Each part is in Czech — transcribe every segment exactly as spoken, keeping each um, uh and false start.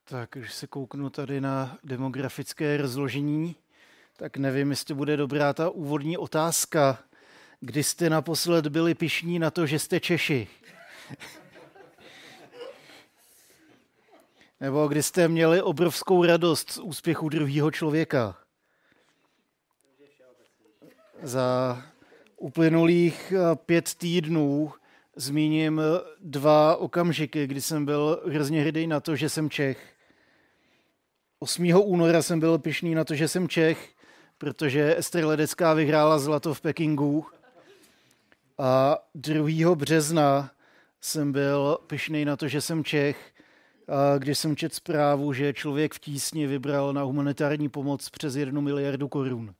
Tak, když se kouknu tady na demografické rozložení, tak nevím, jestli bude dobrá ta úvodní otázka. Kdy jste naposled byli pyšní na to, že jste Češi? Nebo kdy jste měli obrovskou radost z úspěchu druhého člověka? Za uplynulých pět týdnů zmíním dva okamžiky, kdy jsem byl hrozně hrdý na to, že jsem Čech. osmého února jsem byl pyšný na to, že jsem Čech, protože Ester Ledecká vyhrála zlato v Pekingu. A druhého března jsem byl pyšný na to, že jsem Čech, když jsem četl zprávu, že Člověk v tísni vybral na humanitární pomoc přes jednu miliardu korun.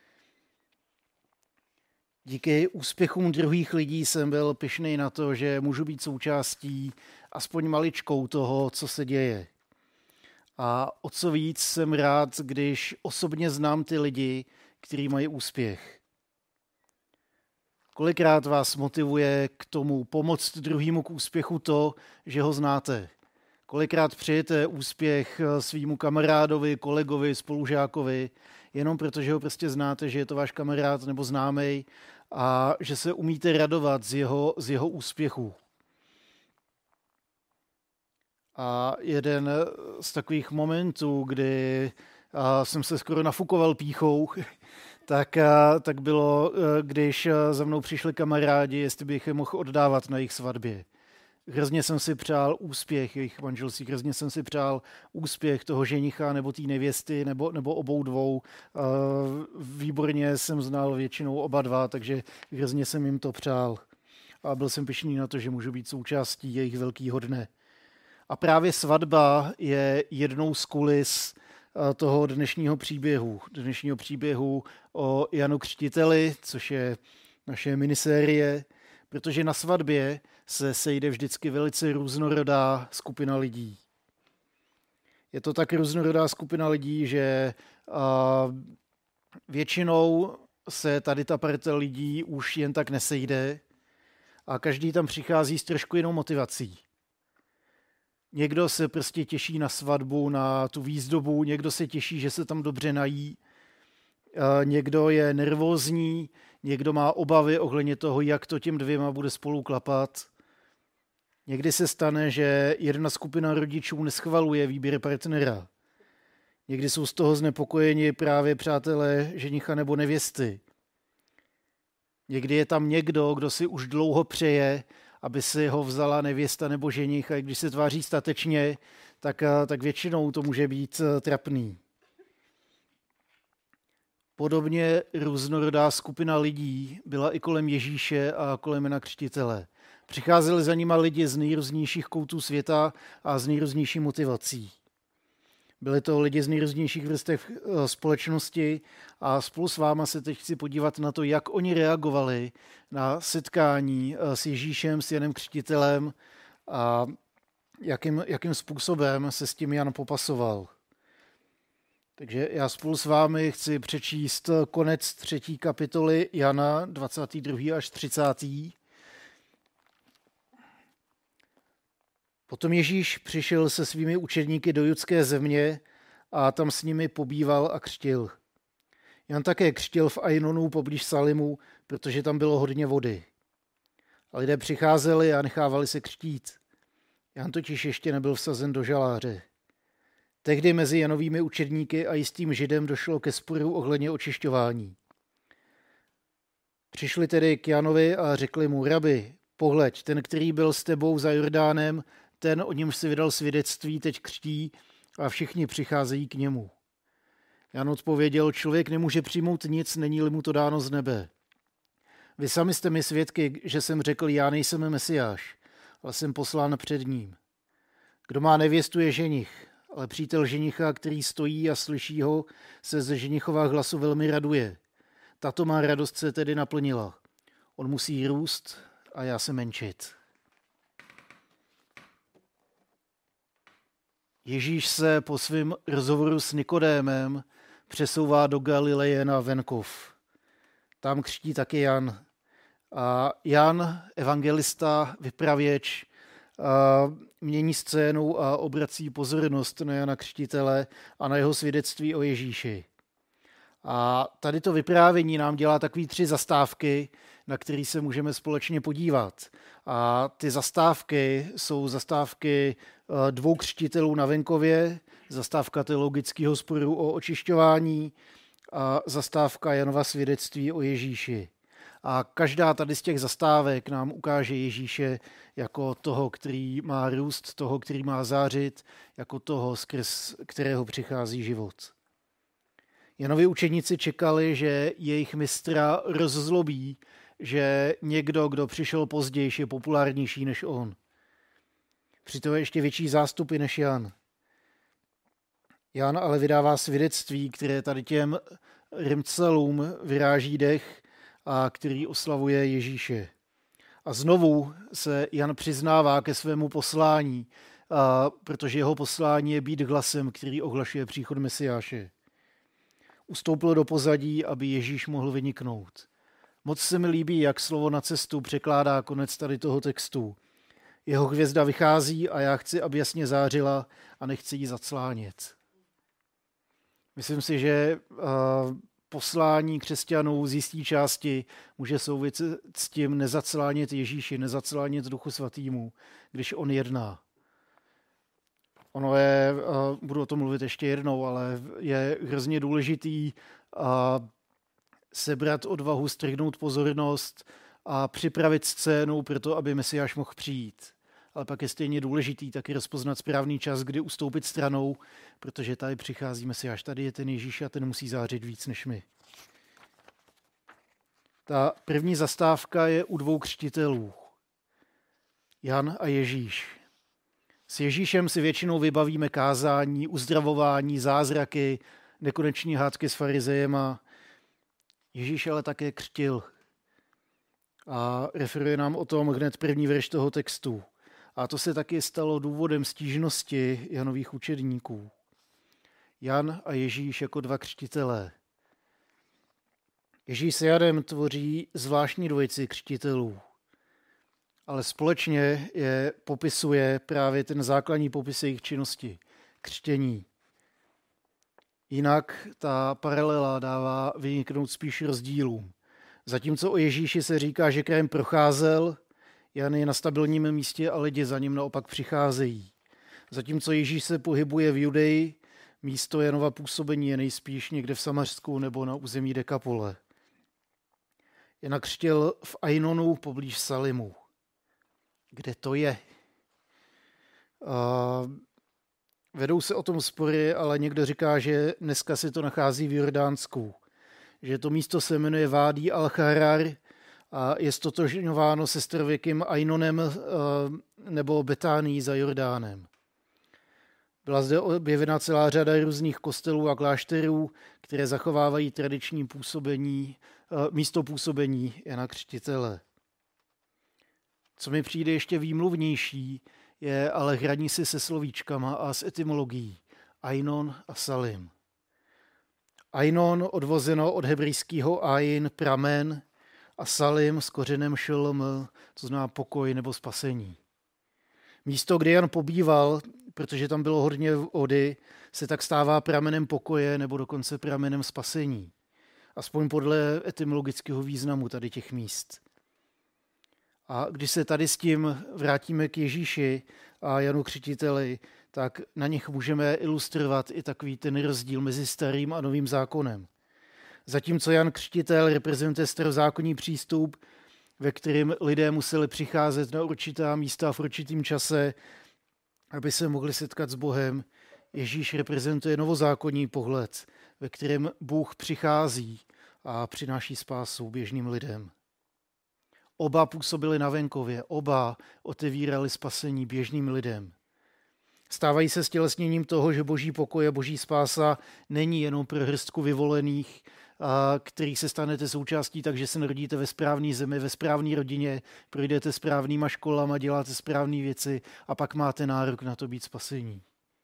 Díky úspěchům druhých lidí jsem byl pyšný na to, že můžu být součástí aspoň maličkou toho, co se děje. A o co víc jsem rád, když osobně znám ty lidi, kteří mají úspěch. Kolikrát vás motivuje k tomu pomoct druhému k úspěchu to, že ho znáte? Kolikrát přejete úspěch svýmu kamarádovi, kolegovi, spolužákovi, jenom protože ho prostě znáte, že je to váš kamarád nebo známej a že se umíte radovat z jeho, z jeho úspěchu. A jeden z takových momentů, kdy jsem se skoro nafukoval pýchou, tak, tak bylo, když za mnou přišli kamarádi, jestli bych je mohl oddávat na jejich svatbě. Hrozně jsem si přál úspěch jejich manželství, hrozně jsem si přál úspěch toho ženicha nebo té nevěsty, nebo, nebo obou dvou. Výborně jsem znal většinou oba dva, takže hrozně jsem jim to přál. A byl jsem pyšný na to, že můžu být součástí jejich velkého dne. A právě svatba je jednou z kulis toho dnešního příběhu. Dnešního příběhu o Janu Křtiteli, což je naše minisérie, protože na svatbě se sejde vždycky velice různorodá skupina lidí. Je to tak různorodá skupina lidí, že většinou se tady ta parta lidí už jen tak nesejde a každý tam přichází s trošku jinou motivací. Někdo se prostě těší na svatbu, na tu výzdobu, někdo se těší, že se tam dobře nají, někdo je nervózní, někdo má obavy ohledně toho, jak to těm dvěma bude spolu klapat. Někdy se stane, že jedna skupina rodičů neschvaluje výběr partnera. Někdy jsou z toho znepokojeni právě přátelé ženicha nebo nevěsty. Někdy je tam někdo, kdo si už dlouho přeje, aby si ho vzala nevěsta nebo ženich, a když se tváří statečně, tak, tak většinou to může být trapný. Podobně různorodá skupina lidí byla i kolem Ježíše a kolem Jana Křtitele. Přicházeli za nima lidi z nejrůznějších koutů světa a z nejrůznějších motivací. Byli to lidi z nejrůznějších vrstev společnosti a spolu s váma se teď chci podívat na to, jak oni reagovali na setkání s Ježíšem, s Janem Křtitelem a jakým, jakým způsobem se s tím Jan popasoval. Takže já spolu s vámi chci přečíst konec třetí kapitoly Jana, dvacátý druhý až třicátý Potom Ježíš přišel se svými učedníky do judské země a tam s nimi pobýval a křtil. Jan také křtil v Ainonu poblíž Salimu, protože tam bylo hodně vody. A lidé přicházeli a nechávali se křtít. Jan totiž ještě nebyl vsazen do žaláře. Tehdy mezi Janovými učedníky a jistým Židem došlo ke sporu ohledně očišťování. Přišli tedy k Janovi a řekli mu: Rabi, pohleď, ten, který byl s tebou za Jordánem, ten, o němž si vydal svědectví, teď křtí a všichni přicházejí k němu. Jan odpověděl: Člověk nemůže přijmout nic, není-li mu to dáno z nebe. Vy sami jste mi svědky, že jsem řekl: Já nejsem Mesiáš, ale jsem poslán před ním. Kdo má nevěstu, je ženich, ale přítel ženicha, který stojí a slyší ho, se ze ženichova hlasu velmi raduje. Tato má radost se tedy naplnila. On musí růst a já se menšit. Ježíš se po svém rozhovoru s Nikodémem přesouvá do Galileje na venkov. Tam křtí taky Jan. A Jan, evangelista, vypravěč, mění scénu a obrací pozornost na Jana Křtitele a na jeho svědectví o Ježíši. A tady to vyprávění nám dělá takový tři zastávky, na které se můžeme společně podívat. A ty zastávky jsou zastávky dvou křtitelů na venkově, zastávka teologického sporu o očišťování a zastávka Janova svědectví o Ježíši. A každá tady z těch zastávek nám ukáže Ježíše jako toho, který má růst, toho, který má zářit, jako toho, skrz kterého přichází život. Janovi učeníci čekali, že jejich mistra rozzlobí, že někdo, kdo přišel později, je populárnější než on. Přitom je ještě větší zástupy než Jan. Jan ale vydává svědectví, které tady těm Rimcelům vyráží dech a který oslavuje Ježíše. A znovu se Jan přiznává ke svému poslání, a protože jeho poslání je být hlasem, který ohlašuje příchod Mesiáše. Ustoupil do pozadí, aby Ježíš mohl vyniknout. Moc se mi líbí, jak slovo na cestu překládá konec tady toho textu. Jeho hvězda vychází a já chci, aby jasně zářila a nechci ji zaclánět. Myslím si, že poslání křesťanů z jisté části může souviset s tím nezaclánět Ježíši, nezaclánět Duchu Svatýmu, když on jedná. Ono je, budu o tom mluvit ještě jednou, ale je hrozně důležitý sebrat odvahu, strhnout pozornost a připravit scénu pro to, aby Mesiáš mohl přijít. Ale pak je stejně důležitý taky rozpoznat správný čas, kdy ustoupit stranou, protože tady přichází Mesiáš, tady je ten Ježíš a ten musí zářit víc než my. Ta první zastávka je u dvou křtitelů. Jan a Ježíš. S Ježíšem si většinou vybavíme kázání, uzdravování, zázraky, nekoneční hádky s farizejema. Ježíš ale také křtil. A referuje nám o tom hned první verš toho textu. A to se taky stalo důvodem stížnosti Janových učedníků. Jan a Ježíš jako dva křtitelé. Ježíš s Janem tvoří zvláštní dvojici křtitelů. Ale společně je popisuje právě ten základní popis jejich činnosti, křtění. Jinak ta paralela dává vyniknout spíš rozdílům. Zatímco o Ježíši se říká, že krajem procházel, Jan je na stabilním místě a lidi za ním naopak přicházejí. Zatímco Ježíš se pohybuje v Judeji, místo Janova působení je nejspíš někde v Samařsku nebo na území Dekapole. Jana křtil v Ainonu poblíž Salimu. Kde to je? Uh, vedou se o tom spory, ale někdo říká, že dneska se to nachází v Jordánsku. Že to místo se jmenuje Vádí al-Charar a je stotožňováno se starověkým Ainonem uh, nebo Betánií za Jordánem. Byla zde objevena celá řada různých kostelů a klášterů, které zachovávají tradiční působení, uh, místo působení Jana Křtitele. Co mi přijde ještě výmluvnější, je ale hraní si se slovíčkama a s etymologií Ainon a Salim. Ainon odvozeno od hebrejského Ain, pramen, a Salim s kořenem šelm, to znamená pokoj nebo spasení. Místo, kde Jan pobýval, protože tam bylo hodně vody, se tak stává pramenem pokoje nebo dokonce pramenem spasení. Aspoň podle etymologického významu tady těch míst. A když se tady s tím vrátíme k Ježíši a Janu Křtiteli, tak na nich můžeme ilustrovat i takový ten rozdíl mezi starým a novým zákonem. Zatímco Jan Křtitel reprezentuje starozákonní přístup, ve kterém lidé museli přicházet na určitá místa v určitém čase, aby se mohli setkat s Bohem, Ježíš reprezentuje novozákonní pohled, ve kterém Bůh přichází a přináší spásu běžným lidem. Oba působili na venkově, oba otevírali spasení běžným lidem. Stávají se stělesněním toho, že boží pokoj a boží spása není jenom pro hrstku vyvolených, který se stanete součástí, takže se narodíte ve správné zemi, ve správné rodině, projdete správnýma školama, děláte správné věci a pak máte nárok na to být spasení.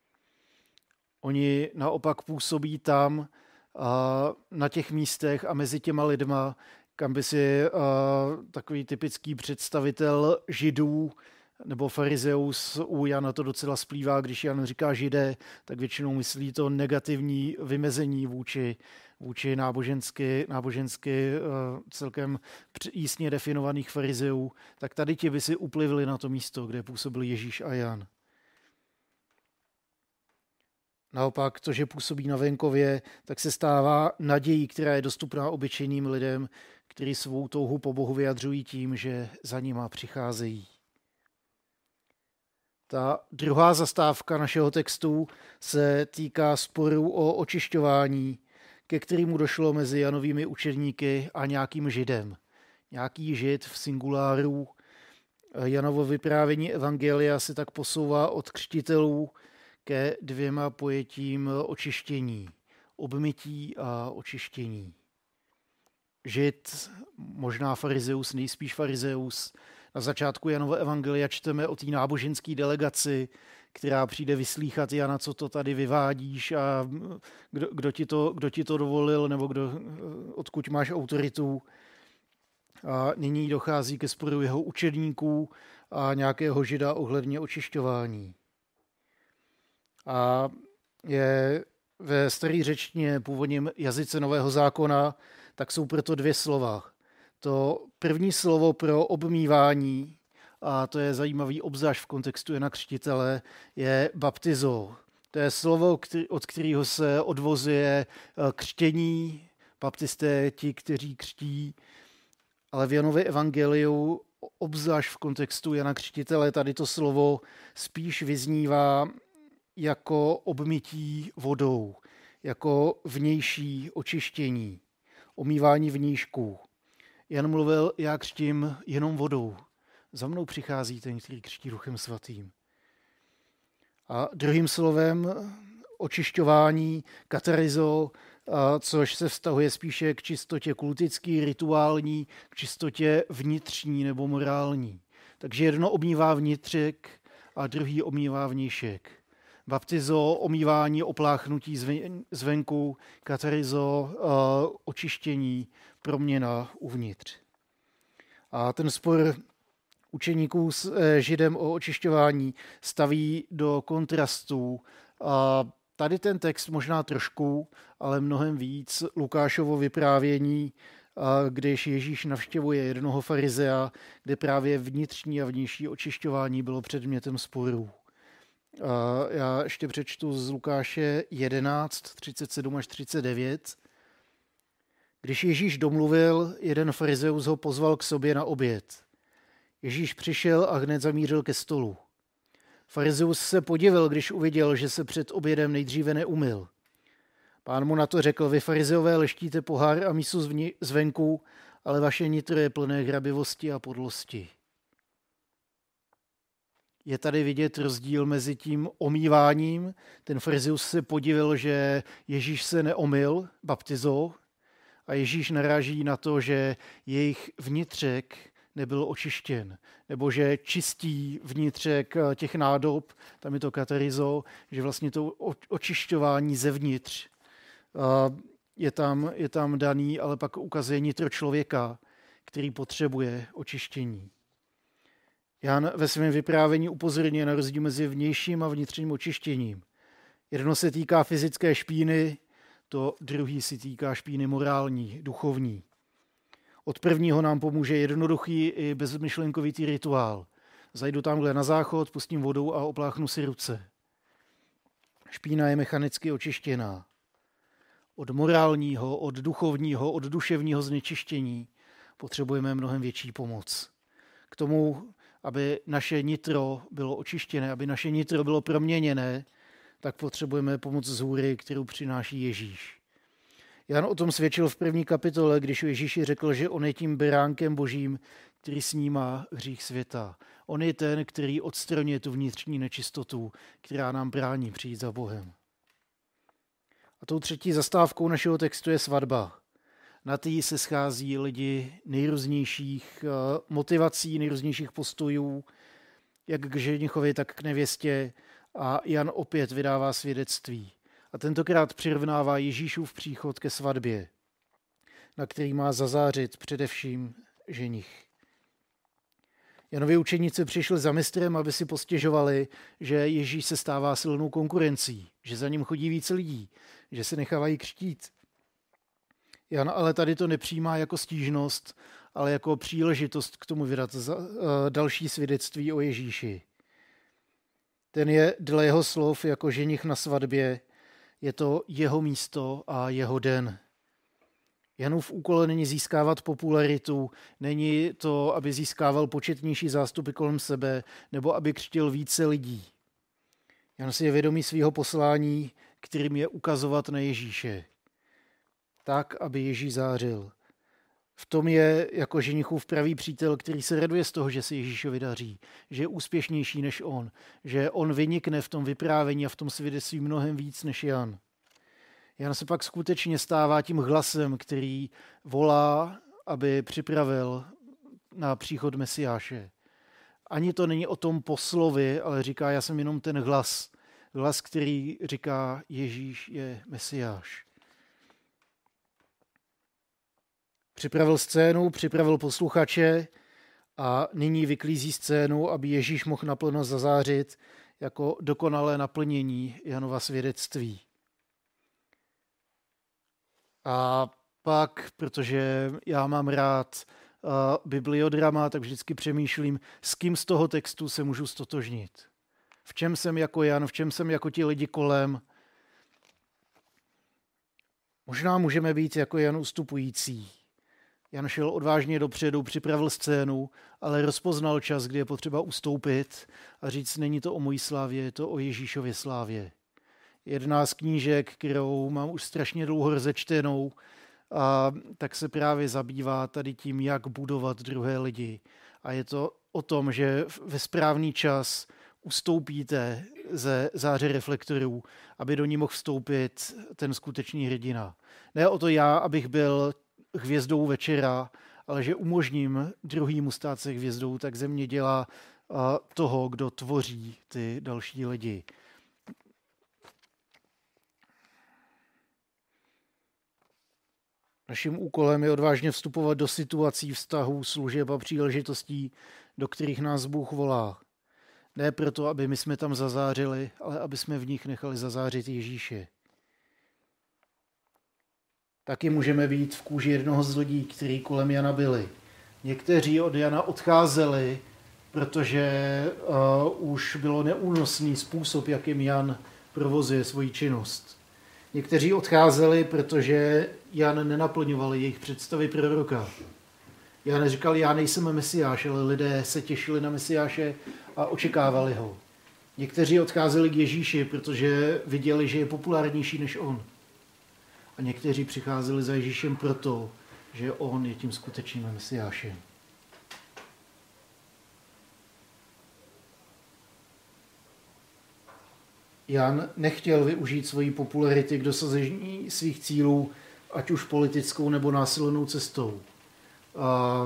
Oni naopak působí tam, na těch místech a mezi těma lidma, kam by si takový typický představitel Židů nebo farizeus, u Jana to docela splývá, když Jan říká židé, tak většinou myslí to negativní vymezení vůči, vůči nábožensky, nábožensky celkem jísně definovaných farizeů, tak tady ti by si uplivli na to místo, kde působil Ježíš a Jan. Naopak to, že působí na venkově, tak se stává nadějí, která je dostupná obyčejným lidem, kteří svou touhu po Bohu vyjadřují tím, že za nima přicházejí. Ta druhá zastávka našeho textu se týká sporu o očišťování, ke kterému došlo mezi Janovými učedníky a nějakým židem. Nějaký žid v singuláru. Janovo vyprávění evangelia se tak posouvá od křtitelů ke dvěma pojetím očištění. Obmytí a očištění. Žid, možná farizeus, nejspíš farizeus. Na začátku Janova evangelia čteme o té náboženské delegaci, která přijde vyslýchat Jana, co to tady vyvádíš a kdo, kdo, ti, to, kdo ti to dovolil, nebo kdo, odkud máš autoritu. A nyní dochází ke sporu jeho učedníků a nějakého žida ohledně očišťování. A je ve staré řečtině, původním jazyce Nového zákona, tak jsou proto dvě slova. To první slovo pro obmývání, a to je zajímavý obzvlášť v kontextu Jana Křtitele, je baptizo. To je slovo, od kterého se odvozuje křtění, baptisté ti, kteří křtí, ale v Janově evangeliu, obzvlášť v kontextu Jana Křtitele, tady to slovo spíš vyznívá jako obmytí vodou, jako vnější očištění, omývání vnějšku. Jan mluvil, já křtím jenom vodou. Za mnou přichází ten, který křtí Duchem svatým. A druhým slovem očišťování, katarizo, což se vztahuje spíše k čistotě kultický, rituální, k čistotě vnitřní nebo morální. Takže jedno omývá vnitřek a druhý omývá vnějšek. Baptizo, omývání, opláchnutí zvenku, katarizo, očištění, proměna uvnitř. A ten spor učeníků s židem o očišťování staví do kontrastu. A tady ten text možná trošku, ale mnohem víc Lukášovo vyprávění, když Ježíš navštěvuje jednoho farizea, kde právě vnitřní a vnější očišťování bylo předmětem sporů. A já ještě přečtu z Lukáše jedenáct, třicet sedm až třicet devět. Když Ježíš domluvil, jeden farizeus ho pozval k sobě na oběd. Ježíš přišel a hned zamířil ke stolu. Farizeus se podivil, když uviděl, že se před obědem nejdříve neumyl. Pán mu na to řekl, vy farizeové leštíte pohár a mísu zvenku, ale vaše nitro je plné hrabivosti a podlosti. Je tady vidět rozdíl mezi tím omýváním. Ten farizeus se podivil, že Ježíš se neomyl, baptizo, a Ježíš naráží na to, že jejich vnitřek nebyl očištěn, nebo že čistí vnitřek těch nádob, tam je to katarizo, že vlastně to očišťování zevnitř je tam, je tam daný, ale pak ukazuje nitro člověka, který potřebuje očištění. Jan ve svém vyprávění upozorňuje na rozdíl mezi vnějším a vnitřním očištěním. Jedno se týká fyzické špíny, to druhý si týká špíny morální, duchovní. Od prvního nám pomůže jednoduchý i bezmyšlenkovitý rituál. Zajdu tamhle na záchod, pustím vodou a opláchnu si ruce. Špína je mechanicky očištěná. Od morálního, od duchovního, od duševního znečištění potřebujeme mnohem větší pomoc. K tomu, aby naše nitro bylo očištěné, aby naše nitro bylo proměněné, tak potřebujeme pomoc z hůry, kterou přináší Ježíš. Jan o tom svědčil v první kapitole, když Ježíši řekl, že on je tím beránkem božím, který snímá hřích světa. On je ten, který odstraňuje tu vnitřní nečistotu, která nám brání přijít za Bohem. A tou třetí zastávkou našeho textu je svatba. Na té se schází lidi nejrůznějších motivací, nejrůznějších postojů, jak k ženichovi, tak k nevěstě. A Jan opět vydává svědectví. A tentokrát přirovnává Ježíšův příchod ke svatbě, na který má zazářit především ženich. Janovi učeníci přišli za mistrem, aby si postěžovali, že Ježíš se stává silnou konkurencí, že za ním chodí více lidí, že se nechávají křtít. Jan ale tady to nepřijímá jako stížnost, ale jako příležitost k tomu vydat za, uh, další svědectví o Ježíši. Ten je dle jeho slov jako ženich na svatbě, je to jeho místo a jeho den. Janův úkol není získávat popularitu, není to, aby získával početnější zástupy kolem sebe, nebo aby křtil více lidí. Jan si je vědomý svého poslání, kterým je ukazovat na Ježíše. Tak, aby Ježíš zářil. V tom je jako ženichův pravý přítel, který se raduje z toho, že se Ježíšovi daří, že je úspěšnější než on, že on vynikne v tom vyprávění a v tom svědectví mnohem víc než Jan. Jan se pak skutečně stává tím hlasem, který volá, aby připravil na příchod Mesiáše. Ani to není o tom poslovi, ale říká, já jsem jenom ten hlas. Hlas, který říká, Ježíš je Mesiáš. Připravil scénu, připravil posluchače a nyní vyklízí scénu, aby Ježíš mohl naplno zazářit jako dokonalé naplnění Janova svědectví. A pak, protože já mám rád uh, bibliodrama, tak vždycky přemýšlím, s kým z toho textu se můžu stotožnit. V čem jsem jako Jan, v čem jsem jako ti lidi kolem. Možná můžeme být jako Jan ustupující. Jan šel odvážně dopředu, připravil scénu, ale rozpoznal čas, kdy je potřeba ustoupit a říct, není to o mojí slávě, je to o Ježíšově slávě. Jedna z knížek, kterou mám už strašně dlouho rozečtenou, a tak se právě zabývá tady tím, jak budovat druhé lidi. A je to o tom, že ve správný čas ustoupíte ze záře reflektorů, aby do ní mohl vstoupit ten skutečný hrdina. Ne o to já, abych byl hvězdou večera, ale že umožním druhýmu stát se hvězdou, tak ze mě dělá toho, kdo tvoří ty další lidi. Naším úkolem je odvážně vstupovat do situací, vztahů, služeb a příležitostí, do kterých nás Bůh volá. Ne proto, aby my jsme tam zazářili, ale aby jsme v nich nechali zazářit Ježíše. Taky můžeme být v kůži jednoho z lidí, kteří kolem Jana byli. Někteří od Jana odcházeli, protože uh, už bylo neúnosný způsob, jakým Jan provozuje svoji činnost. Někteří odcházeli, protože Jan nenaplňoval jejich představy proroka. Jan říkal, já nejsem Mesiáš, ale lidé se těšili na Mesiáše a očekávali ho. Někteří odcházeli k Ježíši, protože viděli, že je populárnější než on. A někteří přicházeli za Ježíšem proto, že on je tím skutečným Mesiášem. Jan nechtěl využít svoji popularity k dosažení svých cílů, ať už politickou nebo násilnou cestou. A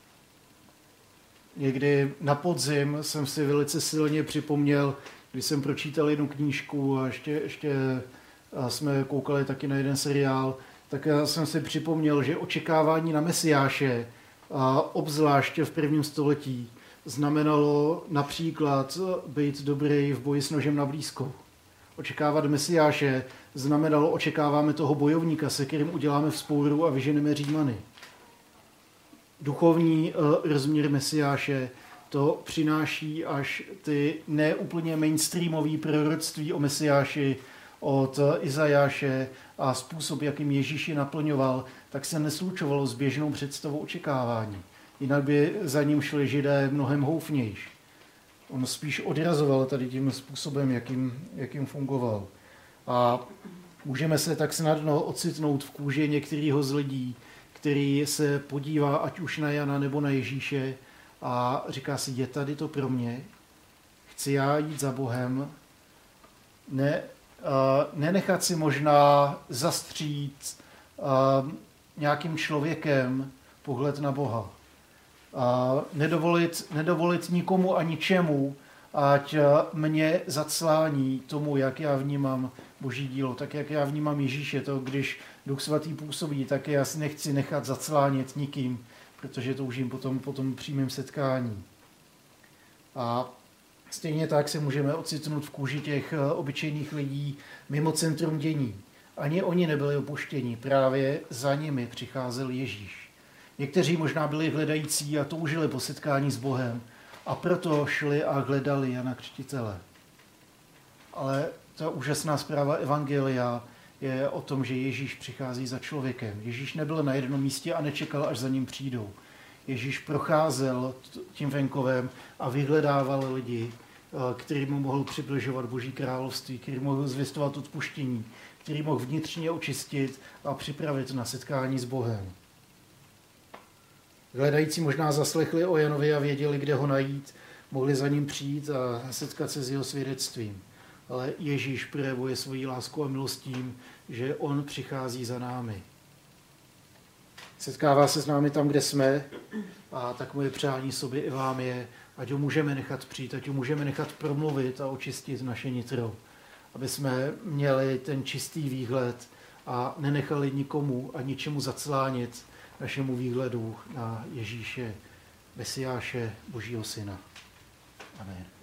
někdy na podzim jsem si velice silně připomněl, když jsem pročítal jednu knížku a ještě, ještě a jsme koukali taky na jeden seriál, tak já jsem si připomněl, že očekávání na Mesiáše, a obzvláště v prvním století, znamenalo například být dobrý v boji s nožem na blízko. Očekávat Mesiáše znamenalo, očekáváme toho bojovníka, se kterým uděláme vzpouru a vyženeme Římany. Duchovní uh, rozměr Mesiáše to přináší až ty neúplně mainstreamové proroctví o Mesiáši od Izajáše a způsob, jakým Ježíš je naplňoval, tak se neslučovalo s běžnou představou očekávání. Jinak by za ním šli Židé mnohem houfnější. On spíš odrazoval tady tím způsobem, jakým, jakým fungoval. A můžeme se tak snadno ocitnout v kůži některého z lidí, který se podívá ať už na Jana nebo na Ježíše a říká si, je tady to pro mě? Chci já jít za Bohem? Ne, uh, nenechat si možná zastřít uh, nějakým člověkem pohled na Boha. A nedovolit, nedovolit nikomu a ničemu, ať mě zaclání tomu, jak já vnímám Boží dílo, tak jak já vnímám Ježíše. To, když Duch Svatý působí, tak já si nechci nechat zaclánit nikým, protože toužím potom po tom přímém setkání. A stejně tak se můžeme ocitnout v kůži těch obyčejných lidí mimo centrum dění. Ani oni nebyli opuštěni, právě za nimi přicházel Ježíš. Někteří možná byli hledající a toužili po setkání s Bohem a proto šli a hledali Jana Křtitele. Ale ta úžasná zpráva Evangelia je o tom, že Ježíš přichází za člověkem. Ježíš nebyl na jednom místě a nečekal, až za ním přijdou. Ježíš procházel tím venkovem a vyhledával lidi, který mu mohl přibližovat Boží království, který mohl zvěstovat odpuštění, který mohl vnitřně očistit a připravit na setkání s Bohem. Hledající možná zaslechli o Janovi a věděli, kde ho najít, mohli za ním přijít a setkat se s jeho svědectvím. Ale Ježíš projevuje svoji lásku a milost tím, že on přichází za námi. Setkává se s námi tam, kde jsme, a tak moje přání sobě i vám je, ať ho můžeme nechat přijít, ať ho můžeme nechat promluvit a očistit naše nitro. Aby jsme měli ten čistý výhled a nenechali nikomu a ničemu zaclánit našemu výhledu na Ježíše, Mesiáše, Božího Syna. Amen.